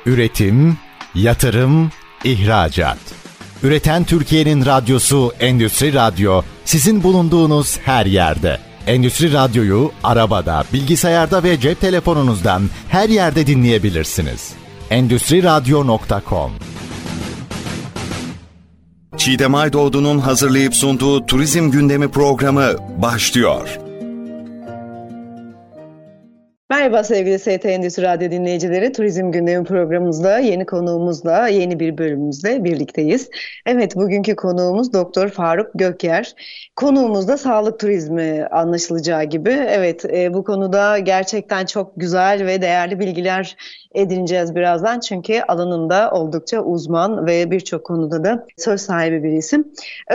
Üretim, yatırım, ihracat. Üreten Türkiye'nin radyosu Endüstri Radyo, sizin bulunduğunuz her yerde. Endüstri Radyo'yu arabada, bilgisayarda ve cep telefonunuzdan her yerde dinleyebilirsiniz. Endüstriradyo.com. Çiğdem Aydoğdu'nun hazırlayıp sunduğu Turizm Gündemi programı başlıyor. Merhaba sevgili ST Endüstri Radyo dinleyicileri. Turizm Gündemi programımızda yeni konuğumuzla yeni bir bölümümüzde birlikteyiz. Evet, bugünkü konuğumuz Doktor Faruk Gökyer. Konuğumuz da sağlık turizmi anlaşılacağı gibi. Evet, bu konuda gerçekten çok güzel ve değerli bilgiler edineceğiz birazdan. Çünkü alanında oldukça uzman ve birçok konuda da söz sahibi bir isim.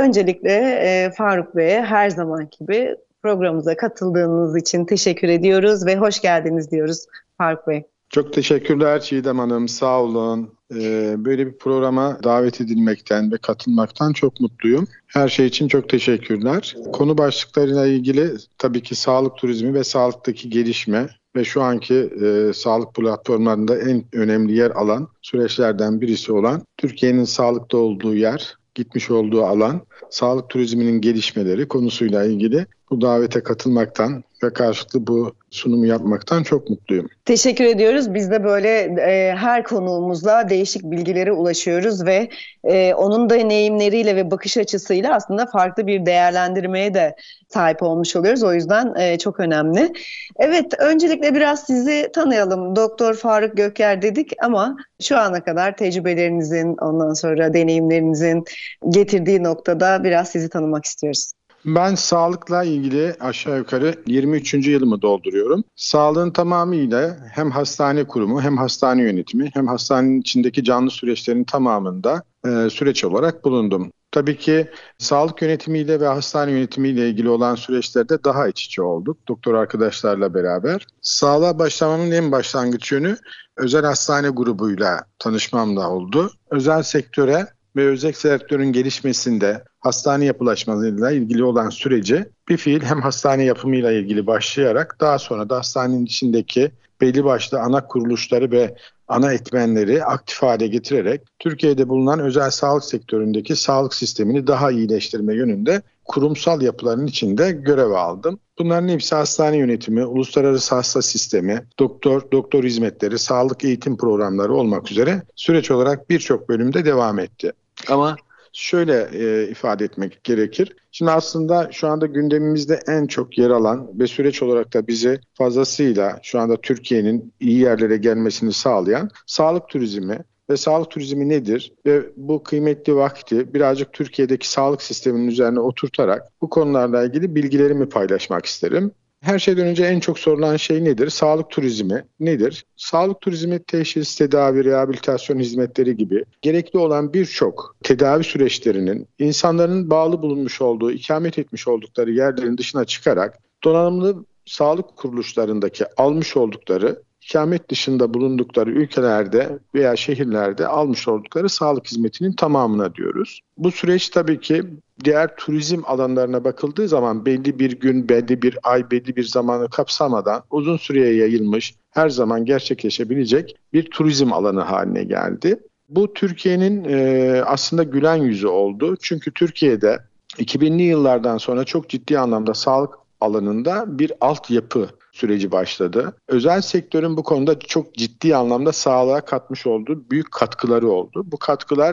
Öncelikle Faruk Bey'e her zaman gibi programımıza katıldığınız için teşekkür ediyoruz ve hoş geldiniz diyoruz Faruk Bey. Çok teşekkürler Çiğdem Hanım, sağ olun. Böyle bir programa davet edilmekten ve katılmaktan çok mutluyum. Her şey için çok teşekkürler. Konu başlıklarıyla ilgili tabii ki sağlık turizmi ve sağlıktaki gelişme ve şu anki sağlık platformlarında en önemli yer alan süreçlerden birisi olan Türkiye'nin sağlıkta olduğu yer, gitmiş olduğu alan, sağlık turizminin gelişmeleri konusuyla ilgili bu davete katılmaktan ve karşılıklı bu sunumu yapmaktan çok mutluyum. Teşekkür ediyoruz. Biz de böyle her konuğumuzla değişik bilgilere ulaşıyoruz ve onun deneyimleriyle ve bakış açısıyla aslında farklı bir değerlendirmeye de sahip olmuş oluyoruz. O yüzden çok önemli. Evet, öncelikle biraz sizi tanıyalım. Doktor Faruk Gökyer dedik ama şu ana kadar tecrübelerinizin, ondan sonra deneyimlerinizin getirdiği noktada biraz sizi tanımak istiyoruz. Ben sağlıkla ilgili aşağı yukarı 23. yılımı dolduruyorum. Sağlığın tamamıyla hem hastane kurumu hem hastane yönetimi hem hastanenin içindeki canlı süreçlerin tamamında süreç olarak bulundum. Tabii ki sağlık yönetimiyle ve hastane yönetimiyle ilgili olan süreçlerde daha iç içe olduk doktor arkadaşlarla beraber. Sağlığa başlamamın en başlangıç yönü özel hastane grubuyla tanışmamla oldu. Özel sektöre ve özel sektörün gelişmesinde hastane yapılaşmasıyla ilgili olan süreci bir fiil hem hastane yapımıyla ilgili başlayarak daha sonra da hastanenin içindeki belli başlı ana kuruluşları ve ana etmenleri aktif hale getirerek Türkiye'de bulunan özel sağlık sektöründeki sağlık sistemini daha iyileştirme yönünde kurumsal yapıların içinde görev aldım. Bunların hepsi hastane yönetimi, uluslararası hasta sistemi, doktor hizmetleri, sağlık eğitim programları olmak üzere süreç olarak birçok bölümde devam etti. Ama şöyle ifade etmek gerekir. Şimdi aslında şu anda gündemimizde en çok yer alan ve süreç olarak da bizi fazlasıyla şu anda Türkiye'nin iyi yerlere gelmesini sağlayan sağlık turizmi ve sağlık turizmi nedir? Ve bu kıymetli vakti birazcık Türkiye'deki sağlık sisteminin üzerine oturtarak bu konularla ilgili bilgilerimi paylaşmak isterim. Her şeyden önce en çok sorulan şey nedir? Sağlık turizmi nedir? Sağlık turizmi teşhis, tedavi, rehabilitasyon hizmetleri gibi gerekli olan birçok tedavi süreçlerinin insanların bağlı bulunmuş olduğu, ikamet etmiş oldukları yerlerin dışına çıkarak donanımlı sağlık kuruluşlarındaki almış oldukları, ikamet dışında bulundukları ülkelerde veya şehirlerde almış oldukları sağlık hizmetinin tamamına diyoruz. Bu süreç tabii ki diğer turizm alanlarına bakıldığı zaman belli bir gün, belli bir ay, belli bir zamanı kapsamadan uzun süreye yayılmış, her zaman gerçekleşebilecek bir turizm alanı haline geldi. Bu Türkiye'nin aslında gülen yüzü oldu. Çünkü Türkiye'de 2000'li yıllardan sonra çok ciddi anlamda sağlık alanında bir altyapı süreci başladı. Özel sektörün bu konuda çok ciddi anlamda sağlığa katmış olduğu büyük katkıları oldu. Bu katkılar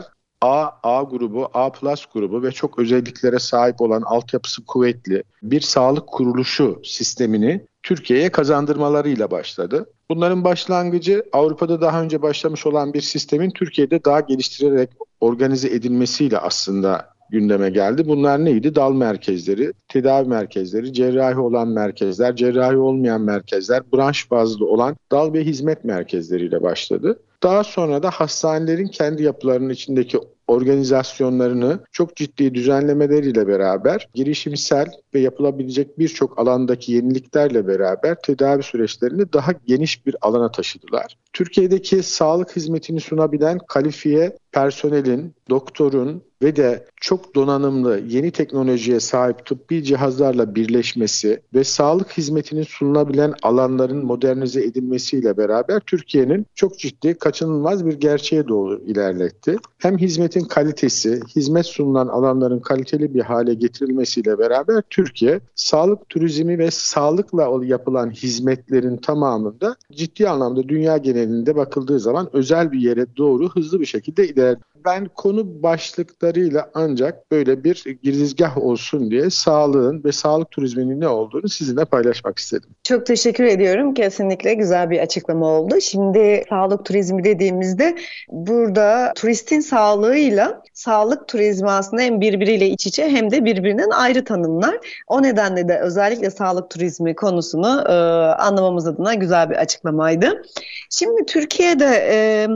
A grubu, A+ grubu ve çok özelliklere sahip olan altyapısı kuvvetli bir sağlık kuruluşu sistemini Türkiye'ye kazandırmalarıyla başladı. Bunların başlangıcı Avrupa'da daha önce başlamış olan bir sistemin Türkiye'de daha geliştirerek organize edilmesiyle aslında gündeme geldi. Bunlar neydi? Dal merkezleri, tedavi merkezleri, cerrahi olan merkezler, cerrahi olmayan merkezler, branş bazlı olan dal ve hizmet merkezleriyle başladı. Daha sonra da hastanelerin kendi yapılarının içindeki organizasyonlarını çok ciddi düzenlemeleriyle beraber girişimsel ve yapılabilecek birçok alandaki yeniliklerle beraber tedavi süreçlerini daha geniş bir alana taşıdılar. Türkiye'deki sağlık hizmetini sunabilen kalifiye personelin, doktorun ve de çok donanımlı yeni teknolojiye sahip tıbbi cihazlarla birleşmesi ve sağlık hizmetinin sunulabilen alanların modernize edilmesiyle beraber Türkiye'nin çok ciddi, kaçınılmaz bir gerçeğe doğru ilerletti. Hem hizmetin kalitesi, hizmet sunulan alanların kaliteli bir hale getirilmesiyle beraber Türkiye, sağlık turizmi ve sağlıkla yapılan hizmetlerin tamamında ciddi anlamda dünya genelinde bakıldığı zaman özel bir yere doğru hızlı bir şekilde ilerledi. Ben konu başlıklarıyla ancak böyle bir girizgah olsun diye sağlığın ve sağlık turizminin ne olduğunu sizinle paylaşmak istedim. Çok teşekkür ediyorum. Kesinlikle güzel bir açıklama oldu. Şimdi sağlık turizmi dediğimizde burada turistin sağlığıyla sağlık turizmi aslında hem birbiriyle iç içe hem de birbirinden ayrı tanımlar. O nedenle de özellikle sağlık turizmi konusunu anlamamız adına güzel bir açıklamaydı. Şimdi Türkiye'de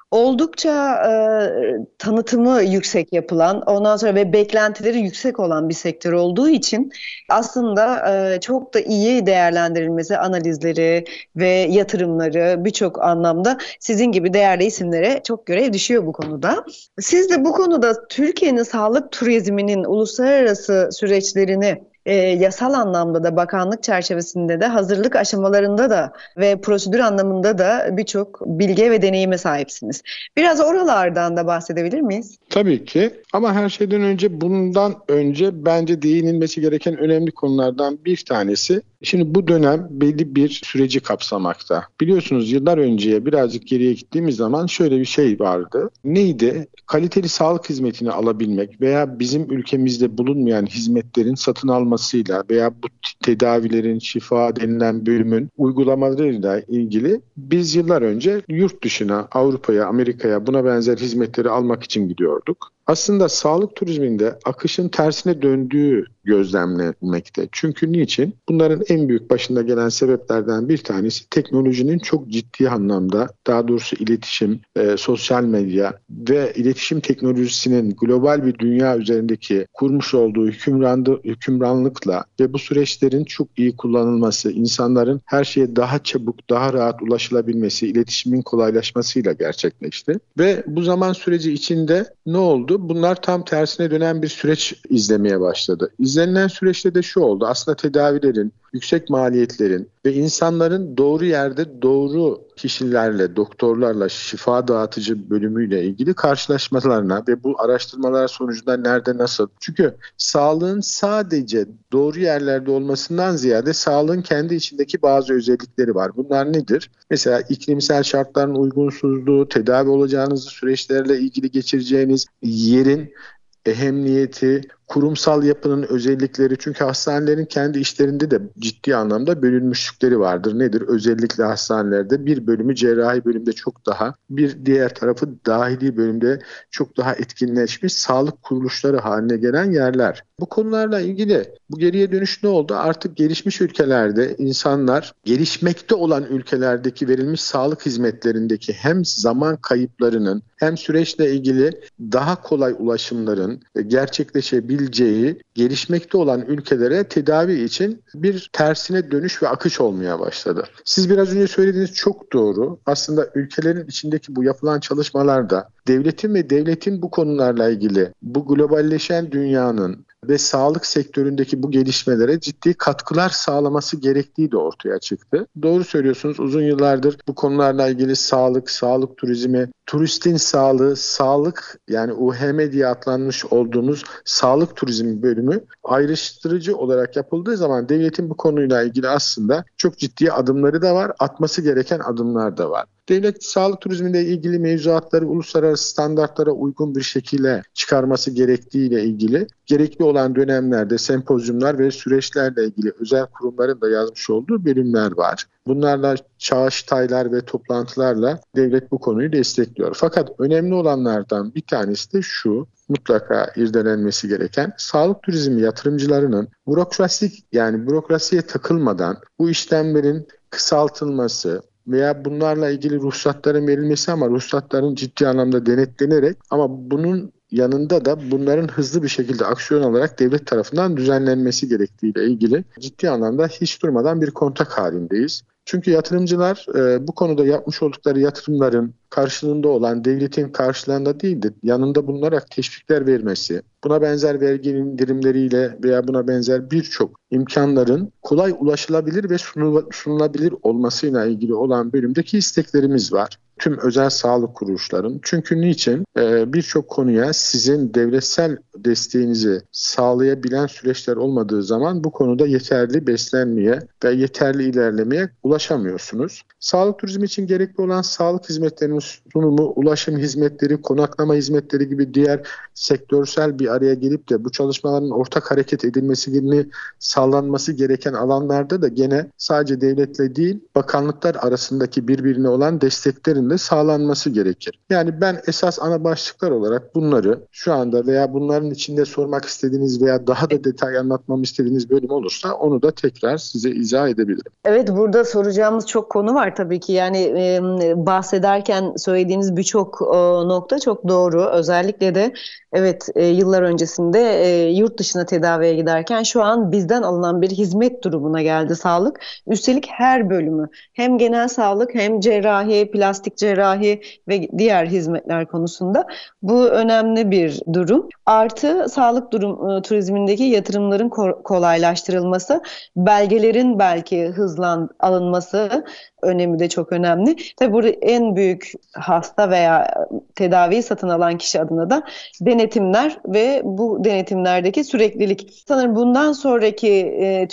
oldukça tanıtımı yüksek yapılan, ondan sonra ve beklentileri yüksek olan bir sektör olduğu için aslında çok da iyi değerlendirilmesi, analizleri ve yatırımları birçok anlamda sizin gibi değerli isimlere çok görev düşüyor bu konuda. Siz de bu konuda Türkiye'nin sağlık turizminin uluslararası süreçlerini yasal anlamda da bakanlık çerçevesinde de hazırlık aşamalarında da ve prosedür anlamında da birçok bilgiye ve deneyime sahipsiniz. Biraz oralardan da bahsedebilir miyiz? Tabii ki, ama her şeyden önce, bundan önce bence değinilmesi gereken önemli konulardan bir tanesi. Şimdi bu dönem belli bir süreci kapsamakta. Biliyorsunuz yıllar önceye birazcık geriye gittiğimiz zaman şöyle bir şey vardı. Neydi? Kaliteli sağlık hizmetini alabilmek veya bizim ülkemizde bulunmayan hizmetlerin satın almasıyla veya bu tedavilerin, şifa denilen bölümün uygulamalarıyla ilgili biz yıllar önce yurt dışına, Avrupa'ya, Amerika'ya buna benzer hizmetleri almak için gidiyorduk. Aslında sağlık turizminde akışın tersine döndüğü gözlemlenmekte. Çünkü niçin? Bunların en büyük başında gelen sebeplerden bir tanesi teknolojinin çok ciddi anlamda, daha doğrusu iletişim, sosyal medya ve iletişim teknolojisinin global bir dünya üzerindeki kurmuş olduğu hükümranlıkla ve bu süreçlerin çok iyi kullanılması, insanların her şeye daha çabuk, daha rahat ulaşılabilmesi, iletişimin kolaylaşmasıyla gerçekleşti. Ve bu zaman süreci içinde ne oldu? Bunlar tam tersine dönen bir süreç izlemeye başladı. İzlenilen süreçte de şu oldu. Aslında tedavilerin, yüksek maliyetlerin ve insanların doğru yerde doğru kişilerle, doktorlarla, şifa dağıtıcı bölümüyle ilgili karşılaşmalarına ve bu araştırmalar sonucunda nerede, nasıl? Çünkü sağlığın sadece doğru yerlerde olmasından ziyade sağlığın kendi içindeki bazı özellikleri var. Bunlar nedir? Mesela iklimsel şartların uygunsuzluğu, tedavi olacağınız süreçlerle ilgili geçireceğiniz yerin ehemmiyeti, kurumsal yapının özellikleri, çünkü hastanelerin kendi işlerinde de ciddi anlamda bölünmüşlükleri vardır. Nedir? Özellikle hastanelerde bir bölümü cerrahi bölümde çok daha, bir diğer tarafı dahili bölümde çok daha etkinleşmiş sağlık kuruluşları haline gelen yerler. Bu konularla ilgili bu geriye dönüş ne oldu? Artık gelişmiş ülkelerde insanlar gelişmekte olan ülkelerdeki verilmiş sağlık hizmetlerindeki hem zaman kayıplarının hem süreçle ilgili daha kolay ulaşımların gerçekleşebileceği gelişmekte olan ülkelere tedavi için bir tersine dönüş ve akış olmaya başladı. Siz biraz önce söylediğiniz çok doğru. Aslında ülkelerin içindeki bu yapılan çalışmalarda devletin bu konularla ilgili bu globalleşen dünyanın ve sağlık sektöründeki bu gelişmelere ciddi katkılar sağlaması gerektiği de ortaya çıktı. Doğru söylüyorsunuz, uzun yıllardır bu konularla ilgili sağlık turizmi, turistin sağlığı, sağlık yani UHM diye adlanmış olduğumuz sağlık turizmi bölümü ayrıştırıcı olarak yapıldığı zaman devletin bu konuyla ilgili aslında çok ciddi adımları da var, atması gereken adımlar da var. Devlet sağlık turizmiyle ilgili mevzuatları uluslararası standartlara uygun bir şekilde çıkarması gerektiğiyle ilgili gerekli olan dönemlerde sempozyumlar ve süreçlerle ilgili özel kurumların da yazmış olduğu bölümler var. Bunlarla çalıştaylar ve toplantılarla devlet bu konuyu destekliyor. Fakat önemli olanlardan bir tanesi de şu, mutlaka irdelenmesi gereken, sağlık turizmi yatırımcılarının bürokrasiye takılmadan bu işlemlerin kısaltılması veya bunlarla ilgili ruhsatların verilmesi, ama ruhsatların ciddi anlamda denetlenerek, ama bunun yanında da bunların hızlı bir şekilde aksiyon alarak devlet tarafından düzenlenmesi gerektiğiyle ilgili ciddi anlamda hiç durmadan bir kontak halindeyiz. Çünkü yatırımcılar bu konuda yapmış oldukları yatırımların karşılığında olan devletin karşılığında değil de yanında bulunarak teşvikler vermesi, buna benzer vergi indirimleriyle veya buna benzer birçok imkanların kolay ulaşılabilir ve sunulabilir olmasıyla ilgili olan bölümdeki isteklerimiz var. Tüm özel sağlık kuruluşların. Çünkü niçin? Birçok konuya sizin devletsel desteğinizi sağlayabilen süreçler olmadığı zaman bu konuda yeterli beslenmeye ve yeterli ilerlemeye ulaşamıyorsunuz. Sağlık turizmi için gerekli olan sağlık hizmetlerinin sunumu, ulaşım hizmetleri, konaklama hizmetleri gibi diğer sektörsel bir araya gelip de bu çalışmaların ortak hareket edilmesini sağlanması gereken alanlarda da gene sadece devletle değil, bakanlıklar arasındaki birbirine olan desteklerin de sağlanması gerekir. Yani ben esas ana başlıklar olarak bunları şu anda veya bunların içinde sormak istediğiniz veya daha da detay anlatmamı istediğiniz bölüm olursa onu da tekrar size izah edebilirim. Evet, burada soracağımız çok konu var tabii ki. Yani bahsederken söylediğiniz birçok nokta çok doğru. Özellikle de evet, yıllar öncesinde yurt dışına tedaviye giderken şu an bizden alınan bir hizmet durumuna geldi sağlık. Üstelik her bölümü, hem genel sağlık hem cerrahi, plastik cerrahi ve diğer hizmetler konusunda bu önemli bir durum. Artı sağlık turizmindeki yatırımların kolaylaştırılması, belgelerin belki hızla alınması önemi de çok önemli. Tabii burada en büyük hasta veya tedaviyi satın alan kişi adına da denetimler ve bu denetimlerdeki süreklilik. Sanırım bundan sonraki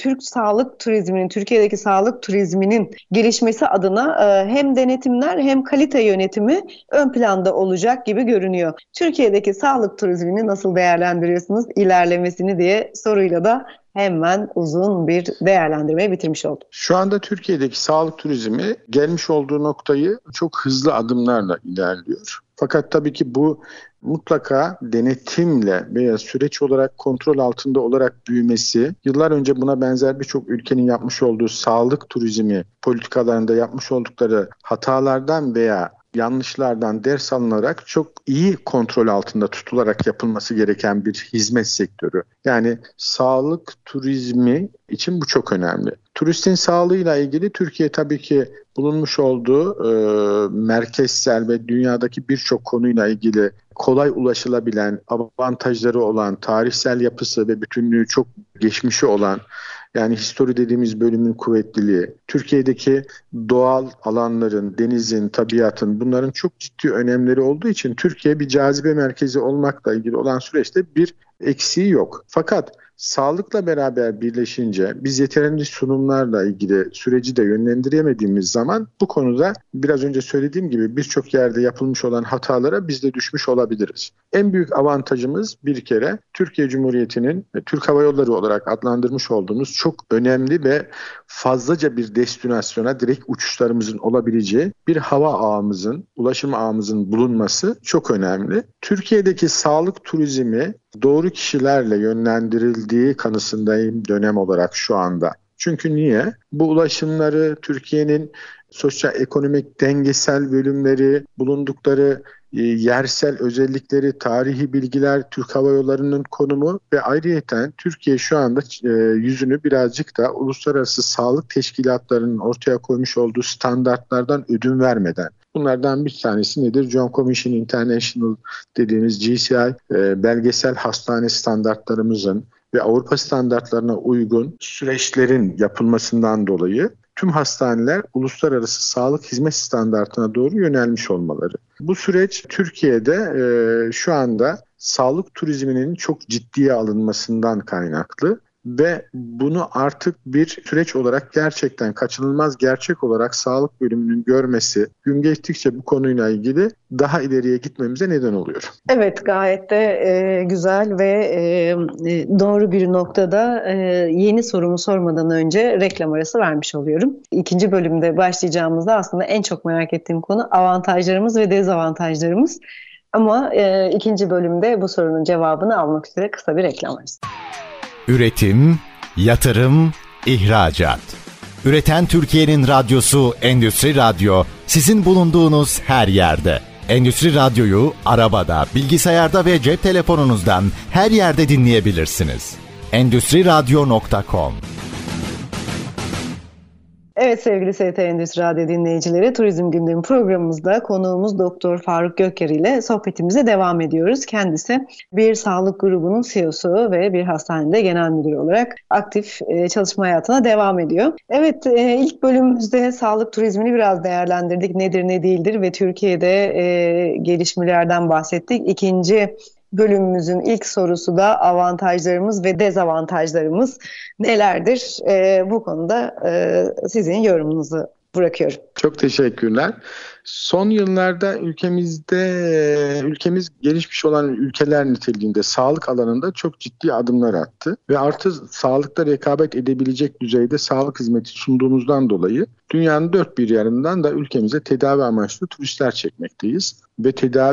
Türkiye'deki sağlık turizminin gelişmesi adına hem denetimler hem kalite yönetimi ön planda olacak gibi görünüyor. Türkiye'deki sağlık turizmini nasıl değerlendiriyorsunuz ilerlemesini diye soruyla da hemen uzun bir değerlendirmeyi bitirmiş oldum. Şu anda Türkiye'deki sağlık turizmi gelmiş olduğu noktayı çok hızlı adımlarla ilerliyor. Fakat tabii ki bu mutlaka denetimle veya süreç olarak kontrol altında olarak büyümesi, yıllar önce buna benzer birçok ülkenin yapmış olduğu sağlık turizmi politikalarında yapmış oldukları hatalardan veya yanlışlardan ders alınarak çok iyi kontrol altında tutularak yapılması gereken bir hizmet sektörü. Yani sağlık turizmi için bu çok önemli. Turistin sağlığıyla ilgili Türkiye tabii ki bulunmuş olduğu merkezsel ve dünyadaki birçok konuyla ilgili kolay ulaşılabilen, avantajları olan, tarihsel yapısı ve bütünlüğü çok geçmişi olan, yani history dediğimiz bölümün kuvvetliliği, Türkiye'deki doğal alanların, denizin, tabiatın, bunların çok ciddi önemleri olduğu için Türkiye bir cazibe merkezi olmakla ilgili olan süreçte bir eksiği yok. Fakat sağlıkla beraber birleşince biz yeterince sunumlarla ilgili süreci de yönlendiremediğimiz zaman bu konuda biraz önce söylediğim gibi birçok yerde yapılmış olan hatalara biz de düşmüş olabiliriz. En büyük avantajımız bir kere Türkiye Cumhuriyeti'nin Türk Hava Yolları olarak adlandırmış olduğumuz çok önemli ve fazlaca bir destinasyona direkt uçuşlarımızın olabileceği bir hava ağımızın, ulaşım ağımızın bulunması çok önemli. Türkiye'deki sağlık turizmi doğru kişilerle yönlendirildiği kanısındayım dönem olarak şu anda. Çünkü niye? Bu ulaşımları Türkiye'nin sosyoekonomik dengesel bölümleri, bulundukları yersel özellikleri, tarihi bilgiler, Türk Hava Yolları'nın konumu ve ayrıyeten Türkiye şu anda yüzünü birazcık da uluslararası sağlık teşkilatlarının ortaya koymuş olduğu standartlardan ödün vermeden. Bunlardan bir tanesi nedir? John Commission International dediğimiz GCI belgesel hastane standartlarımızın ve Avrupa standartlarına uygun süreçlerin yapılmasından dolayı tüm hastaneler uluslararası sağlık hizmet standartına doğru yönelmiş olmaları. Bu süreç Türkiye'de şu anda sağlık turizminin çok ciddiye alınmasından kaynaklı ve bunu artık bir süreç olarak gerçekten kaçınılmaz gerçek olarak sağlık bölümünün görmesi gün geçtikçe bu konuyla ilgili daha ileriye gitmemize neden oluyor. Evet, gayet de güzel ve doğru bir noktada yeni sorumu sormadan önce reklam arası vermiş oluyorum. İkinci bölümde başlayacağımızda aslında en çok merak ettiğim konu avantajlarımız ve dezavantajlarımız. Ama ikinci bölümde bu sorunun cevabını almak üzere kısa bir reklam arası. Üretim, yatırım, ihracat. Üreten Türkiye'nin radyosu Endüstri Radyo, sizin bulunduğunuz her yerde. Endüstri Radyo'yu arabada, bilgisayarda ve cep telefonunuzdan her yerde dinleyebilirsiniz. Endüstriradyo.com Evet sevgili ST Endüstri Radyo dinleyicileri, Turizm Gündemi programımızda konuğumuz Doktor Faruk Göker ile sohbetimize devam ediyoruz. Kendisi bir sağlık grubunun CEO'su ve bir hastanede genel müdür olarak aktif çalışma hayatına devam ediyor. Evet, ilk bölümümüzde sağlık turizmini biraz değerlendirdik. Nedir ne değildir ve Türkiye'de gelişmelerden bahsettik. İkinci bölümümüzün ilk sorusu da avantajlarımız ve dezavantajlarımız nelerdir? Bu konuda sizin yorumunuzu bırakıyorum. Çok teşekkürler. Son yıllarda ülkemiz gelişmiş olan ülkeler niteliğinde sağlık alanında çok ciddi adımlar attı. Ve artık sağlıkta rekabet edebilecek düzeyde sağlık hizmeti sunduğumuzdan dolayı dünyanın dört bir yanından da ülkemize tedavi amaçlı turistler çekmekteyiz. Ve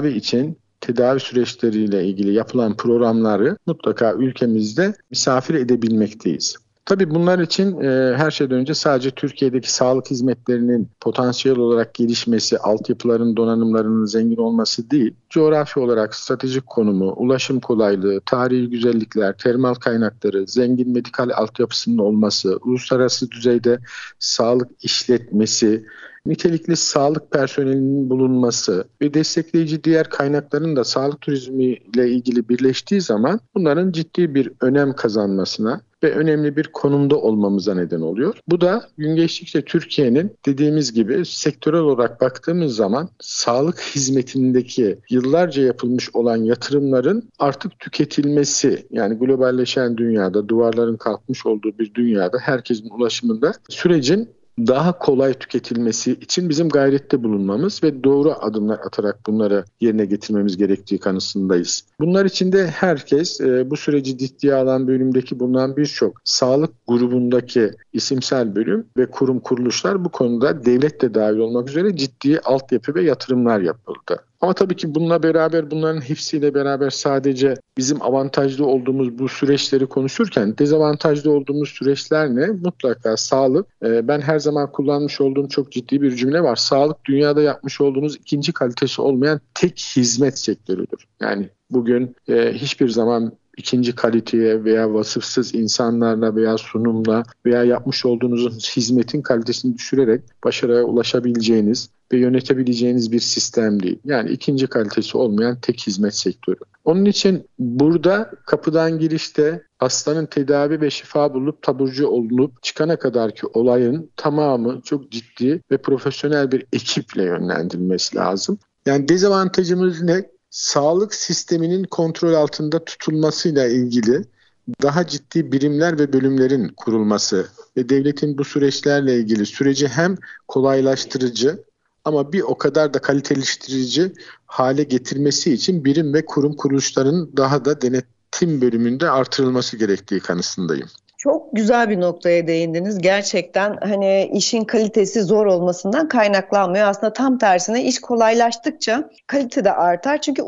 tedavi süreçleriyle ilgili yapılan programları mutlaka ülkemizde misafir edebilmekteyiz. Tabii bunlar için her şeyden önce sadece Türkiye'deki sağlık hizmetlerinin potansiyel olarak gelişmesi, altyapıların, donanımlarının zengin olması değil, coğrafi olarak stratejik konumu, ulaşım kolaylığı, tarihi güzellikler, termal kaynakları, zengin medikal altyapısının olması, uluslararası düzeyde sağlık işletmesi, nitelikli sağlık personelinin bulunması ve destekleyici diğer kaynakların da sağlık turizmi ile ilgili birleştiği zaman bunların ciddi bir önem kazanmasına ve önemli bir konumda olmamıza neden oluyor. Bu da gün geçtikçe Türkiye'nin dediğimiz gibi sektörel olarak baktığımız zaman sağlık hizmetindeki yıllarca yapılmış olan yatırımların artık tüketilmesi, yani globalleşen dünyada, duvarların kalkmış olduğu bir dünyada herkesin ulaşımında sürecin daha kolay tüketilmesi için bizim gayrette bulunmamız ve doğru adımlar atarak bunları yerine getirmemiz gerektiği kanısındayız. Bunlar için de herkes bu süreci ciddiye alan bölümdeki bulunan birçok sağlık grubundaki isimsel bölüm ve kurum kuruluşlar bu konuda devlet de dahil olmak üzere ciddi altyapı ve yatırımlar yapıldı. Ama tabii ki bunların hepsiyle beraber sadece bizim avantajlı olduğumuz bu süreçleri konuşurken dezavantajlı olduğumuz süreçler ne? Mutlaka sağlık. Ben her zaman kullanmış olduğum çok ciddi bir cümle var. Sağlık dünyada yapmış olduğunuz ikinci kalitesi olmayan tek hizmet sektörüdür. Yani bugün hiçbir zaman ikinci kaliteye veya vasıfsız insanlarla veya sunumla veya yapmış olduğunuz hizmetin kalitesini düşürerek başarıya ulaşabileceğiniz ve yönetebileceğiniz bir sistem değil. Yani ikinci kalitesi olmayan tek hizmet sektörü. Onun için burada kapıdan girişte hastanın tedavi ve şifa bulup taburcu olunup çıkana kadarki olayın tamamı çok ciddi ve profesyonel bir ekiple yönlendirilmesi lazım. Yani dezavantajımız ne? Sağlık sisteminin kontrol altında tutulmasıyla ilgili daha ciddi birimler ve bölümlerin kurulması ve devletin bu süreçlerle ilgili süreci hem kolaylaştırıcı ama bir o kadar da kaliteleştirici hale getirmesi için birim ve kurum kuruluşların daha da denetim bölümünde artırılması gerektiği kanısındayım. Çok güzel bir noktaya değindiniz. Gerçekten işin kalitesi zor olmasından kaynaklanmıyor. Aslında tam tersine iş kolaylaştıkça kalite de artar. Çünkü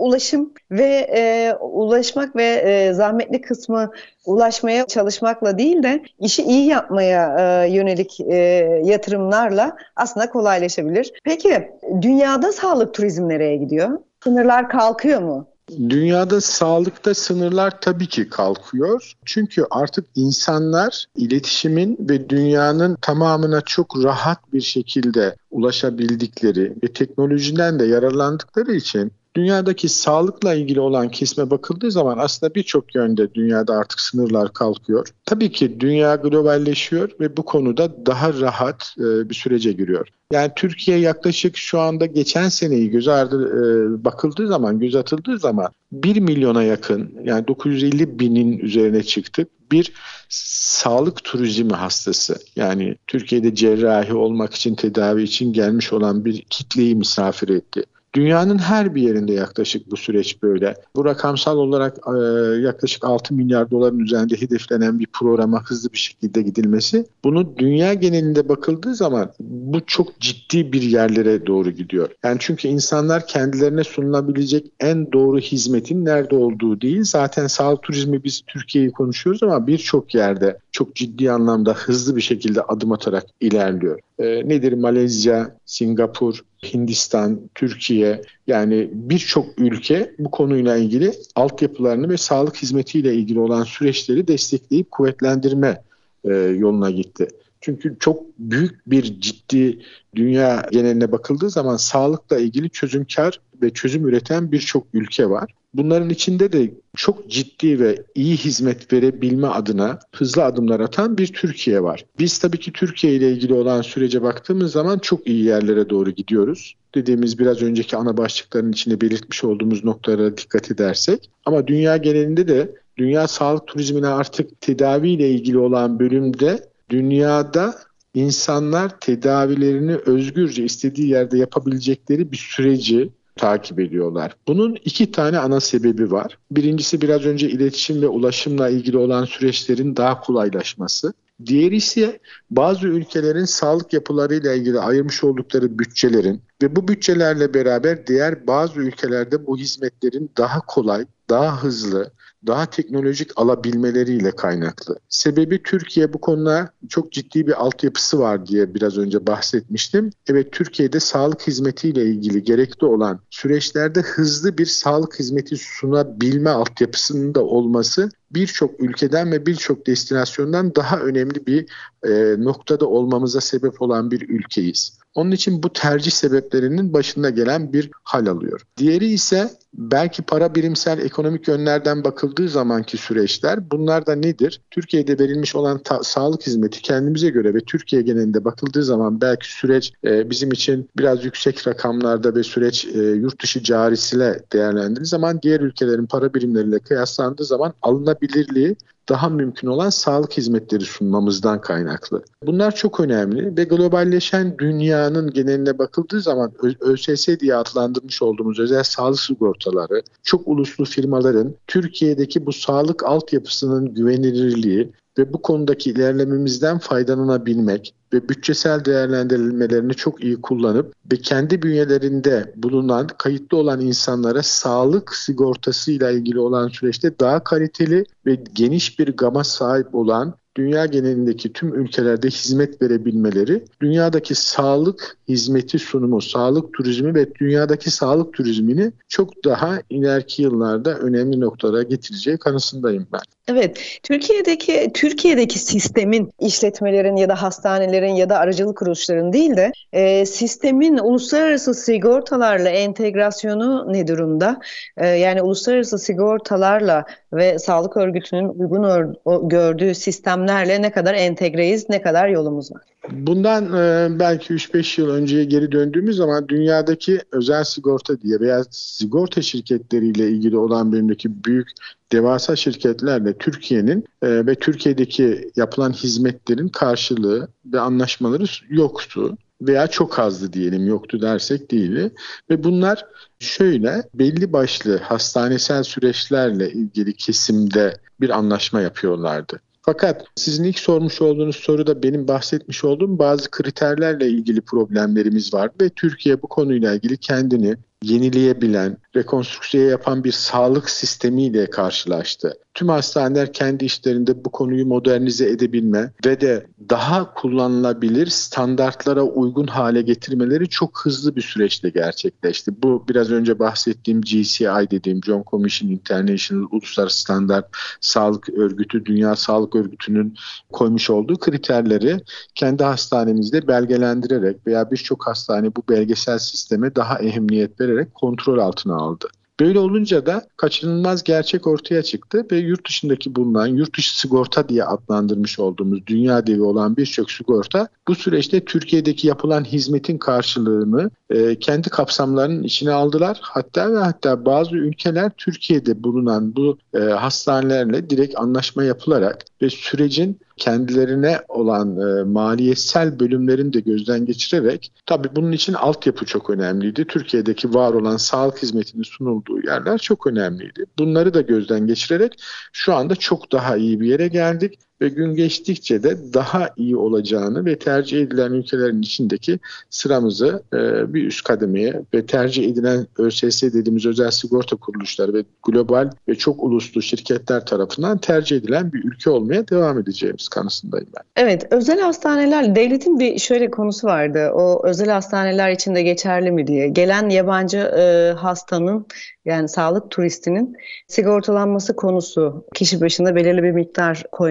ulaşmak ve zahmetli kısmı ulaşmaya çalışmakla değil de işi iyi yapmaya yönelik yatırımlarla aslında kolaylaşabilir. Peki dünyada sağlık turizmi nereye gidiyor? Sınırlar kalkıyor mu? Dünyada sağlıkta sınırlar tabii ki kalkıyor. Çünkü artık insanlar iletişimin ve dünyanın tamamına çok rahat bir şekilde ulaşabildikleri ve teknolojiden de yararlandıkları için dünyadaki sağlıkla ilgili olan kesime bakıldığı zaman aslında birçok yönde dünyada artık sınırlar kalkıyor. Tabii ki dünya globalleşiyor ve bu konuda daha rahat bir sürece giriyor. Yani Türkiye yaklaşık şu anda geçen seneyi göz atıldığı zaman 1 milyona yakın, yani 950 binin üzerine çıktık. Bir sağlık turizmi hastası, yani Türkiye'de cerrahi olmak için, tedavi için gelmiş olan bir kitleyi misafir etti. Dünyanın her bir yerinde yaklaşık bu süreç böyle. Bu rakamsal olarak yaklaşık 6 milyar doların üzerinde hedeflenen bir programa hızlı bir şekilde gidilmesi. Bunu dünya genelinde bakıldığı zaman bu çok ciddi bir yerlere doğru gidiyor. Yani çünkü insanlar kendilerine sunulabilecek en doğru hizmetin nerede olduğu değil. Zaten sağlık turizmi biz Türkiye'yi konuşuyoruz ama birçok yerde çok ciddi anlamda hızlı bir şekilde adım atarak ilerliyor. Nedir? Malezya, Singapur, Hindistan, Türkiye, yani birçok ülke bu konuyla ilgili altyapılarını ve sağlık hizmetiyle ilgili olan süreçleri destekleyip kuvvetlendirme yoluna gitti. Çünkü çok büyük bir ciddi dünya geneline bakıldığı zaman sağlıkla ilgili çözümkar ve çözüm üreten birçok ülke var. Bunların içinde de çok ciddi ve iyi hizmet verebilme adına hızlı adımlar atan bir Türkiye var. Biz tabii ki Türkiye ile ilgili olan sürece baktığımız zaman çok iyi yerlere doğru gidiyoruz. Dediğimiz biraz önceki ana başlıkların içinde belirtmiş olduğumuz noktalara dikkat edersek. Ama dünya genelinde de dünya sağlık turizmine artık tedaviyle ilgili olan bölümde dünyada insanlar tedavilerini özgürce istediği yerde yapabilecekleri bir süreci takip ediyorlar. Bunun 2 tane ana sebebi var. Birincisi biraz önce iletişim ve ulaşımla ilgili olan süreçlerin daha kolaylaşması. Diğeri ise bazı ülkelerin sağlık yapılarıyla ilgili ayırmış oldukları bütçelerin ve bu bütçelerle beraber diğer bazı ülkelerde bu hizmetlerin daha kolay, daha hızlı, daha teknolojik alabilmeleriyle kaynaklı. Sebebi Türkiye bu konuda çok ciddi bir altyapısı var diye biraz önce bahsetmiştim. Evet, Türkiye'de sağlık hizmetiyle ilgili gerekli olan süreçlerde hızlı bir sağlık hizmeti sunabilme altyapısının da olması birçok ülkeden ve birçok destinasyondan daha önemli bir noktada olmamıza sebep olan bir ülkeyiz. Onun için bu tercih sebeplerinin başında gelen bir hal alıyor. Diğeri ise belki para birimsel ekonomik yönlerden bakıldığı zamanki süreçler. Bunlar da nedir? Türkiye'de verilmiş olan sağlık hizmeti kendimize göre ve Türkiye genelinde bakıldığı zaman belki süreç bizim için biraz yüksek rakamlarda ve süreç yurt dışı carisiyle değerlendirildiği zaman diğer ülkelerin para birimleriyle kıyaslandığı zaman alınabilirliği daha mümkün olan sağlık hizmetleri sunmamızdan kaynaklı. Bunlar çok önemli ve globalleşen dünyanın geneline bakıldığı zaman ÖSS diye adlandırmış olduğumuz özel sağlık sigortaları, çok uluslu firmaların Türkiye'deki bu sağlık altyapısının güvenilirliği ve bu konudaki ilerlememizden faydalanabilmek ve bütçesel değerlendirilmelerini çok iyi kullanıp ve kendi bünyelerinde bulunan, kayıtlı olan insanlara sağlık sigortasıyla ilgili olan süreçte daha kaliteli ve geniş bir gama sahip olan dünya genelindeki tüm ülkelerde hizmet verebilmeleri, dünyadaki sağlık hizmeti sunumu, sağlık turizmi ve dünyadaki sağlık turizmini çok daha ileriki yıllarda önemli noktalara getireceği kanısındayım ben. Evet, Türkiye'deki sistemin, işletmelerin ya da hastanelerin ya da aracılık kuruluşların değil de sistemin uluslararası sigortalarla entegrasyonu ne durumda? Yani uluslararası sigortalarla ve sağlık örgütünün uygun gördüğü sistemlerle ne kadar entegreyiz, ne kadar yolumuz var? Bundan belki 3-5 yıl önceye geri döndüğümüz zaman dünyadaki özel sigorta diye veya sigorta şirketleriyle ilgili olan bölümdeki büyük devasa şirketlerle Türkiye'nin ve Türkiye'deki yapılan hizmetlerin karşılığı ve anlaşmaları yoktu. Veya çok azdı diyelim, yoktu dersek değil. Ve bunlar şöyle belli başlı hastanesel süreçlerle ilgili kesimde bir anlaşma yapıyorlardı. Fakat sizin ilk sormuş olduğunuz soruda benim bahsetmiş olduğum bazı kriterlerle ilgili problemlerimiz var ve Türkiye bu konuyla ilgili kendini yenileyebilen, rekonstrüksiye yapan bir sağlık sistemiyle karşılaştı. Tüm hastaneler kendi işlerinde bu konuyu modernize edebilme ve de daha kullanılabilir standartlara uygun hale getirmeleri çok hızlı bir süreçte gerçekleşti. Bu biraz önce bahsettiğim GCI dediğim John Commission International Uluslararası Standart Sağlık Örgütü, Dünya Sağlık Örgütü'nün koymuş olduğu kriterleri kendi hastanemizde belgelendirerek veya birçok hastane bu belgesel sisteme daha ehemmiyet vererek kontrol altına aldı. Böyle olunca da kaçınılmaz gerçek ortaya çıktı ve yurt dışındaki bulunan yurt dışı sigorta diye adlandırmış olduğumuz dünya devi olan birçok sigorta bu süreçte Türkiye'deki yapılan hizmetin karşılığını kendi kapsamlarının içine aldılar. Hatta bazı ülkeler Türkiye'de bulunan bu hastanelerle direkt anlaşma yapılarak ve sürecin kendilerine olan maliyetsel bölümlerini de gözden geçirerek, tabii bunun için altyapı çok önemliydi. Türkiye'deki var olan sağlık hizmetinin sunulduğu yerler çok önemliydi. Bunları da gözden geçirerek şu anda çok daha iyi bir yere geldik ve gün geçtikçe de daha iyi olacağını ve tercih edilen ülkelerin içindeki sıramızı bir üst kademeye ve tercih edilen ÖSS dediğimiz özel sigorta kuruluşları ve global ve çok uluslu şirketler tarafından tercih edilen bir ülke olmaya devam edeceğimiz kanısındayım ben. Evet, özel hastaneler, devletin bir şöyle konusu vardı. O özel hastaneler için de geçerli mi diye. Gelen yabancı hastanın, yani sağlık turistinin sigortalanması konusu kişi başına belirli bir miktar koymuştu.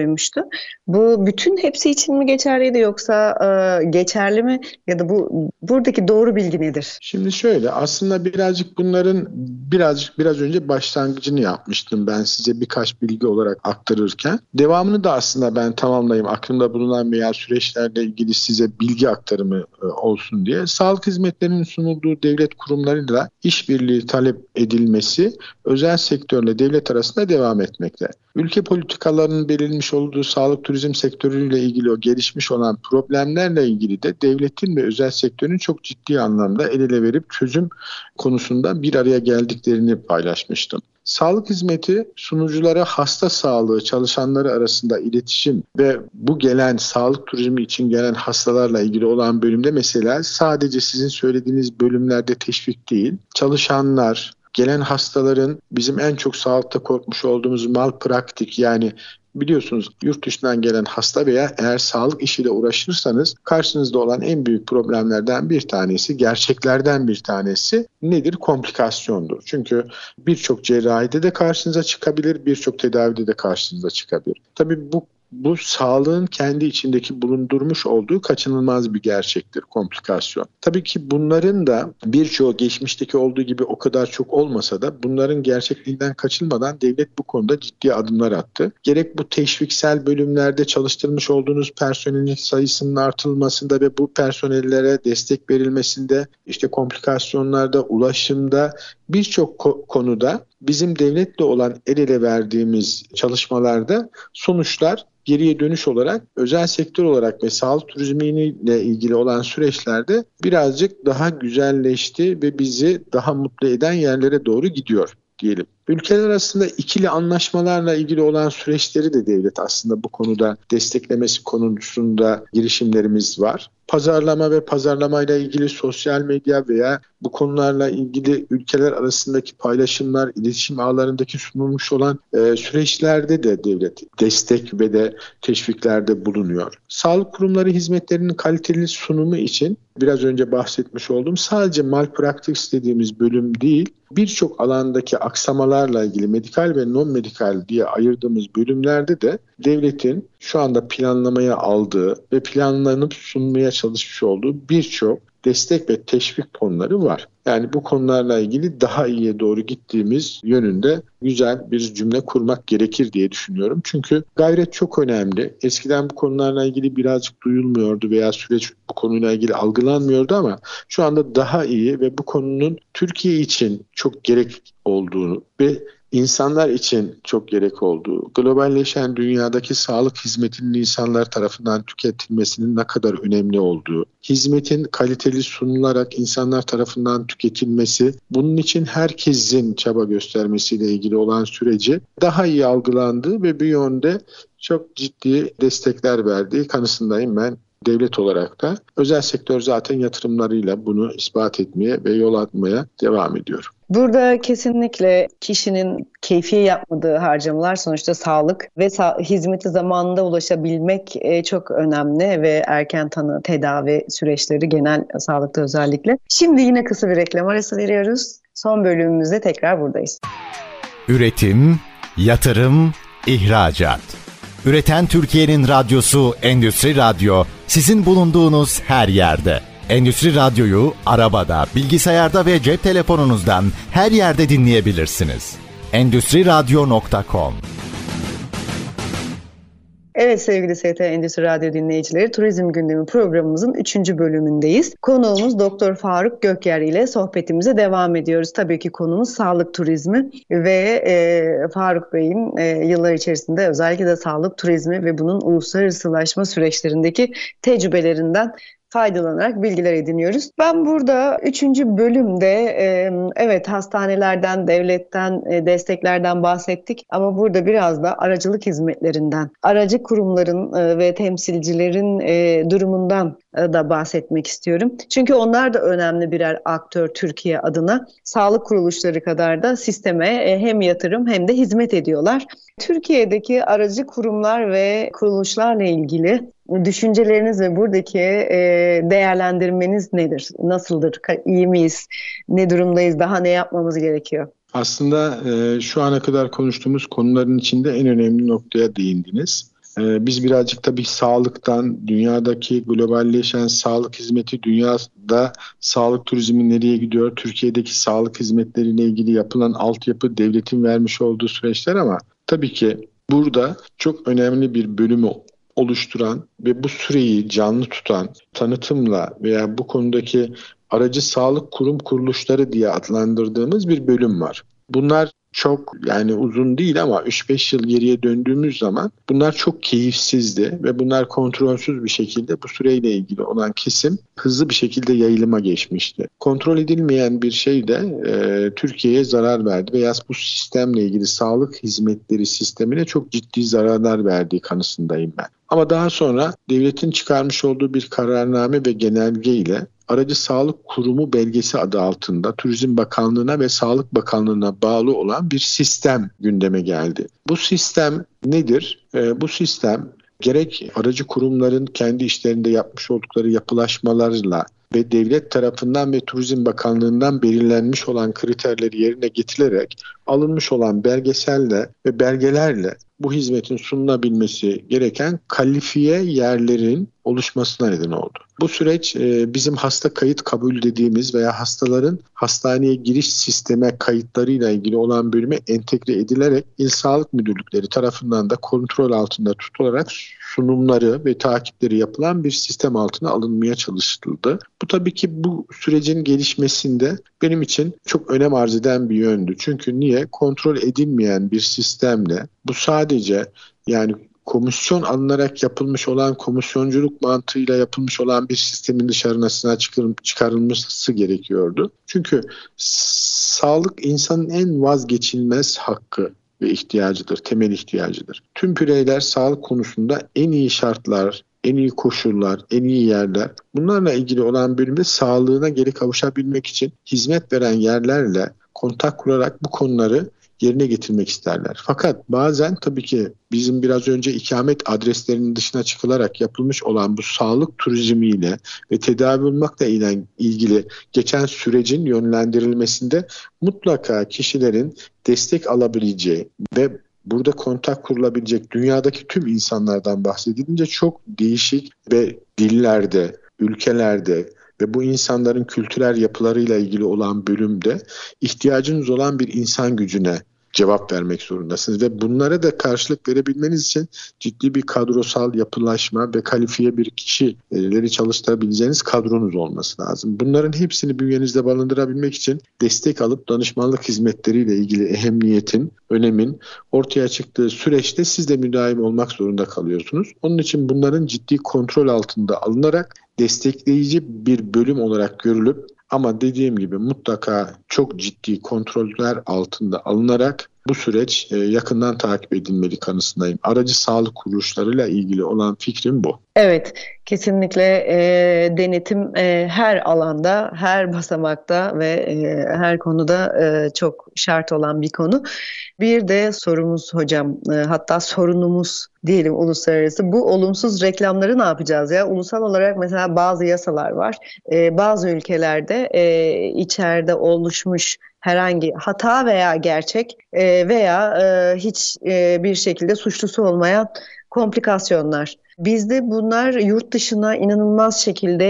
vardı. Bu bütün hepsi için mi geçerliydi yoksa geçerli mi? Ya da buradaki doğru bilgi nedir? Şimdi şöyle, aslında birazcık bunların biraz önce başlangıcını yapmıştım ben size birkaç bilgi olarak aktarırken. Devamını da aslında ben tamamlayayım. Aklımda bulunan veya süreçlerle ilgili size bilgi aktarımı olsun diye. Sağlık hizmetlerinin sunulduğu devlet kurumlarıyla işbirliği talep edilmesi özel sektörle devlet arasında devam etmekte. Ülke politikalarının belirlenmiş olduğu sağlık turizm sektörüyle ilgili o gelişmiş olan problemlerle ilgili de devletin ve özel sektörün çok ciddi anlamda el ele verip çözüm konusunda bir araya geldiklerini paylaşmıştım. Sağlık hizmeti sunuculara hasta sağlığı çalışanları arasında iletişim ve bu gelen sağlık turizmi için gelen hastalarla ilgili olan bölümde mesela sadece sizin söylediğiniz bölümlerde teşvik değil, çalışanlar, gelen hastaların bizim en çok sağlıkta korkmuş olduğumuz malpraktik, yani biliyorsunuz yurt dışından gelen hasta veya eğer sağlık işiyle uğraşırsanız karşınızda olan en büyük problemlerden bir tanesi, gerçeklerden bir tanesi nedir? Komplikasyondur. Çünkü birçok cerrahide de karşınıza çıkabilir, birçok tedavide de karşınıza çıkabilir. Tabii bu sağlığın kendi içindeki bulundurmuş olduğu kaçınılmaz bir gerçektir, komplikasyon. Tabii ki bunların da birçoğu geçmişteki olduğu gibi o kadar çok olmasa da bunların gerçekliğinden kaçınmadan devlet bu konuda ciddi adımlar attı. Gerek bu teşviksel bölümlerde çalıştırmış olduğunuz personelin sayısının artırılmasında ve bu personellere destek verilmesinde, işte komplikasyonlarda, ulaşımda, birçok konuda bizim devletle olan el ele verdiğimiz çalışmalarda sonuçlar geriye dönüş olarak özel sektör olarak ve sağlık turizmiyle ilgili olan süreçlerde birazcık daha güzelleşti ve bizi daha mutlu eden yerlere doğru gidiyor diyelim. Ülkeler arasında ikili anlaşmalarla ilgili olan süreçleri de devlet aslında bu konuda desteklemesi konusunda girişimlerimiz var. Pazarlama ve pazarlamayla ilgili sosyal medya veya bu konularla ilgili ülkeler arasındaki paylaşımlar, iletişim ağlarındaki sunulmuş olan süreçlerde de devlet destek ve de teşviklerde bulunuyor. Sağlık kurumları hizmetlerinin kaliteli sunumu için biraz önce bahsetmiş olduğum sadece malpraktik dediğimiz bölüm değil, birçok alandaki aksamalarla ilgili medikal ve non-medikal diye ayırdığımız bölümlerde de devletin şu anda planlamaya aldığı ve planlanıp sunmaya çalışmış olduğu birçok destek ve teşvik konuları var. Yani bu konularla ilgili daha iyiye doğru gittiğimiz yönünde güzel bir cümle kurmak gerekir diye düşünüyorum. Çünkü gayret çok önemli. Eskiden bu konularla ilgili birazcık duyulmuyordu veya süreç bu konuyla ilgili algılanmıyordu ama şu anda daha iyi ve bu konunun Türkiye için çok gerek olduğunu ve İnsanlar için çok gerek olduğu, globalleşen dünyadaki sağlık hizmetinin insanlar tarafından tüketilmesinin ne kadar önemli olduğu, hizmetin kaliteli sunularak insanlar tarafından tüketilmesi, bunun için herkesin çaba göstermesiyle ilgili olan süreci daha iyi algılandığı ve bu yönde çok ciddi destekler verdiği kanısındayım ben. Devlet olarak da özel sektör zaten yatırımlarıyla bunu ispat etmeye ve yol atmaya devam ediyor. Burada kesinlikle kişinin keyfi yapmadığı harcamalar, sonuçta sağlık ve hizmeti zamanında ulaşabilmek çok önemli ve erken tanı, tedavi süreçleri genel sağlıkta özellikle. Şimdi yine kısa bir reklam arası veriyoruz. Son bölümümüzde tekrar buradayız. Üretim, yatırım, ihracat. Üreten Türkiye'nin radyosu Endüstri Radyo, sizin bulunduğunuz her yerde. Endüstri Radyo'yu arabada, bilgisayarda ve cep telefonunuzdan her yerde dinleyebilirsiniz. Endüstriradyo.com. Evet sevgili ST Endüstri Radyo dinleyicileri, Turizm Gündemi programımızın 3. bölümündeyiz. Konuğumuz Doktor Faruk Gökyer ile sohbetimize devam ediyoruz. Tabii ki konumuz sağlık turizmi ve Faruk Bey'in yıllar içerisinde özellikle de sağlık turizmi ve bunun uluslararasılaşma süreçlerindeki tecrübelerinden faydalanarak bilgiler ediniyoruz. Ben burada 3. bölümde evet hastanelerden, devletten, desteklerden bahsettik ama burada biraz da aracılık hizmetlerinden, aracı kurumların ve temsilcilerin durumundan da bahsetmek istiyorum. Çünkü onlar da önemli birer aktör Türkiye adına. Sağlık kuruluşları kadar da sisteme hem yatırım hem de hizmet ediyorlar. Türkiye'deki aracı kurumlar ve kuruluşlarla ilgili düşünceleriniz ve buradaki değerlendirmeniz nedir? Nasıldır? İyi miyiz? Ne durumdayız? Daha ne yapmamız gerekiyor? Aslında şu ana kadar konuştuğumuz konuların içinde en önemli noktaya değindiniz. Biz birazcık tabii sağlıktan, dünyadaki globalleşen sağlık hizmeti, dünyada sağlık turizmi nereye gidiyor, Türkiye'deki sağlık hizmetleriyle ilgili yapılan altyapı, devletin vermiş olduğu süreçler, ama tabii ki burada çok önemli bir bölümü oluşturan ve bu süreyi canlı tutan tanıtımla veya bu konudaki aracı sağlık kurum kuruluşları diye adlandırdığımız bir bölüm var. Bunlar çok uzun değil ama 3-5 yıl geriye döndüğümüz zaman bunlar çok keyifsizdi ve bunlar kontrolsüz bir şekilde bu süreyle ilgili olan kesim hızlı bir şekilde yayılıma geçmişti. Kontrol edilmeyen bir şey de Türkiye'ye zarar verdi veya bu sistemle ilgili sağlık hizmetleri sistemine çok ciddi zararlar verdiği kanısındayım ben. Ama daha sonra devletin çıkarmış olduğu bir kararname ve genelge ile Aracı Sağlık Kurumu belgesi adı altında Turizm Bakanlığı'na ve Sağlık Bakanlığı'na bağlı olan bir sistem gündeme geldi. Bu sistem nedir? Bu sistem gerek aracı kurumların kendi işlerinde yapmış oldukları yapılaşmalarla ve devlet tarafından ve Turizm Bakanlığı'ndan belirlenmiş olan kriterleri yerine getirilerek alınmış olan belgeselle ve belgelerle bu hizmetin sunulabilmesi gereken kalifiye yerlerin oluşmasına neden oldu. Bu süreç bizim hasta kayıt kabul dediğimiz veya hastaların hastaneye giriş sisteme kayıtlarıyla ilgili olan bölüme entegre edilerek İl Sağlık Müdürlükleri tarafından da kontrol altında tutularak sunumları ve takipleri yapılan bir sistem altına alınmaya çalışıldı. Bu tabii ki bu sürecin gelişmesinde benim için çok önem arz eden bir yöndü. Çünkü niye? Kontrol edilmeyen bir sistemle bu sadece komisyon alınarak yapılmış olan, komisyonculuk mantığıyla yapılmış olan bir sistemin dışarısına çıkarılması gerekiyordu. Çünkü sağlık insanın en vazgeçilmez hakkı ve ihtiyacıdır, temel ihtiyacıdır. Tüm bireyler sağlık konusunda en iyi şartlar, en iyi koşullar, en iyi yerler, bunlarla ilgili olan bölümde sağlığına geri kavuşabilmek için hizmet veren yerlerle kontak kurarak bu konuları yerine getirmek isterler. Fakat bazen tabii ki bizim biraz önce ikamet adreslerinin dışına çıkılarak yapılmış olan bu sağlık turizmiyle ve tedavi olmakla ilgili geçen sürecin yönlendirilmesinde mutlaka kişilerin destek alabileceği ve burada kontak kurulabilecek dünyadaki tüm insanlardan bahsedilince çok değişik ve dillerde, ülkelerde ve bu insanların kültürel yapılarıyla ilgili olan bölümde ihtiyacınız olan bir insan gücüne cevap vermek zorundasınız ve bunlara da karşılık verebilmeniz için ciddi bir kadrosal yapılaşma ve kalifiye bir kişileri çalıştırabileceğiniz kadronuz olması lazım. Bunların hepsini bünyenizde barındırabilmek için destek alıp danışmanlık hizmetleriyle ilgili ehemmiyetin, önemin ortaya çıktığı süreçte siz de müdahil olmak zorunda kalıyorsunuz. Onun için bunların ciddi kontrol altında alınarak destekleyici bir bölüm olarak görülüp ama dediğim gibi mutlaka çok ciddi kontroller altında alınarak bu süreç yakından takip edilmeli kanısındayım. Aracı sağlık kuruluşlarıyla ilgili olan fikrim bu. Evet, kesinlikle denetim her alanda, her basamakta ve her konuda çok şart olan bir konu. Bir de sorumuz hocam, hatta sorunumuz diyelim uluslararası. Bu olumsuz reklamları ne yapacağız ya? Ulusal olarak mesela bazı yasalar var. Bazı ülkelerde içeride oluşmuş herhangi hata veya gerçek veya hiç bir şekilde suçlusu olmayan komplikasyonlar. Bizde bunlar yurt dışına inanılmaz şekilde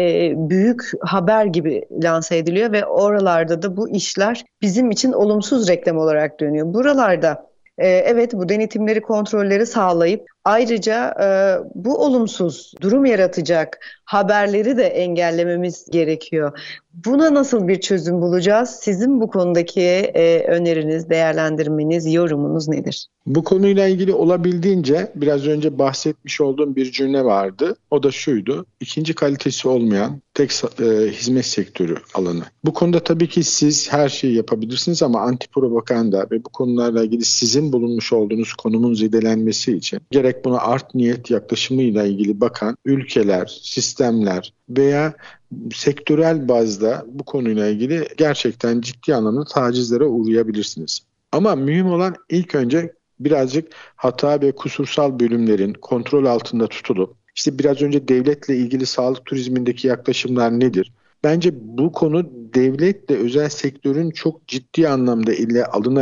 büyük haber gibi lanse ediliyor ve oralarda da bu işler bizim için olumsuz reklam olarak dönüyor. Buralarda evet bu denetimleri, kontrolleri sağlayıp ayrıca bu olumsuz durum yaratacak haberleri de engellememiz gerekiyor. Buna nasıl bir çözüm bulacağız? Sizin bu konudaki öneriniz, değerlendirmeniz, yorumunuz nedir? Bu konuyla ilgili olabildiğince biraz önce bahsetmiş olduğum bir cümle vardı. O da şuydu: ikinci kalitesi olmayan tek hizmet sektörü alanı. Bu konuda tabii ki siz her şeyi yapabilirsiniz ama antipropaganda ve bu konularla ilgili sizin bulunmuş olduğunuz konumun zedelenmesi için gerek buna art niyet yaklaşımıyla ilgili bakan ülkeler, sistemler veya sektörel bazda bu konuyla ilgili gerçekten ciddi anlamda tacizlere uğrayabilirsiniz. Ama mühim olan ilk önce birazcık hata ve kusursal bölümlerin kontrol altında tutulup, işte biraz önce devletle ilgili sağlık turizmindeki yaklaşımlar nedir? Bence bu konu devletle özel sektörün çok ciddi anlamda ele alınarak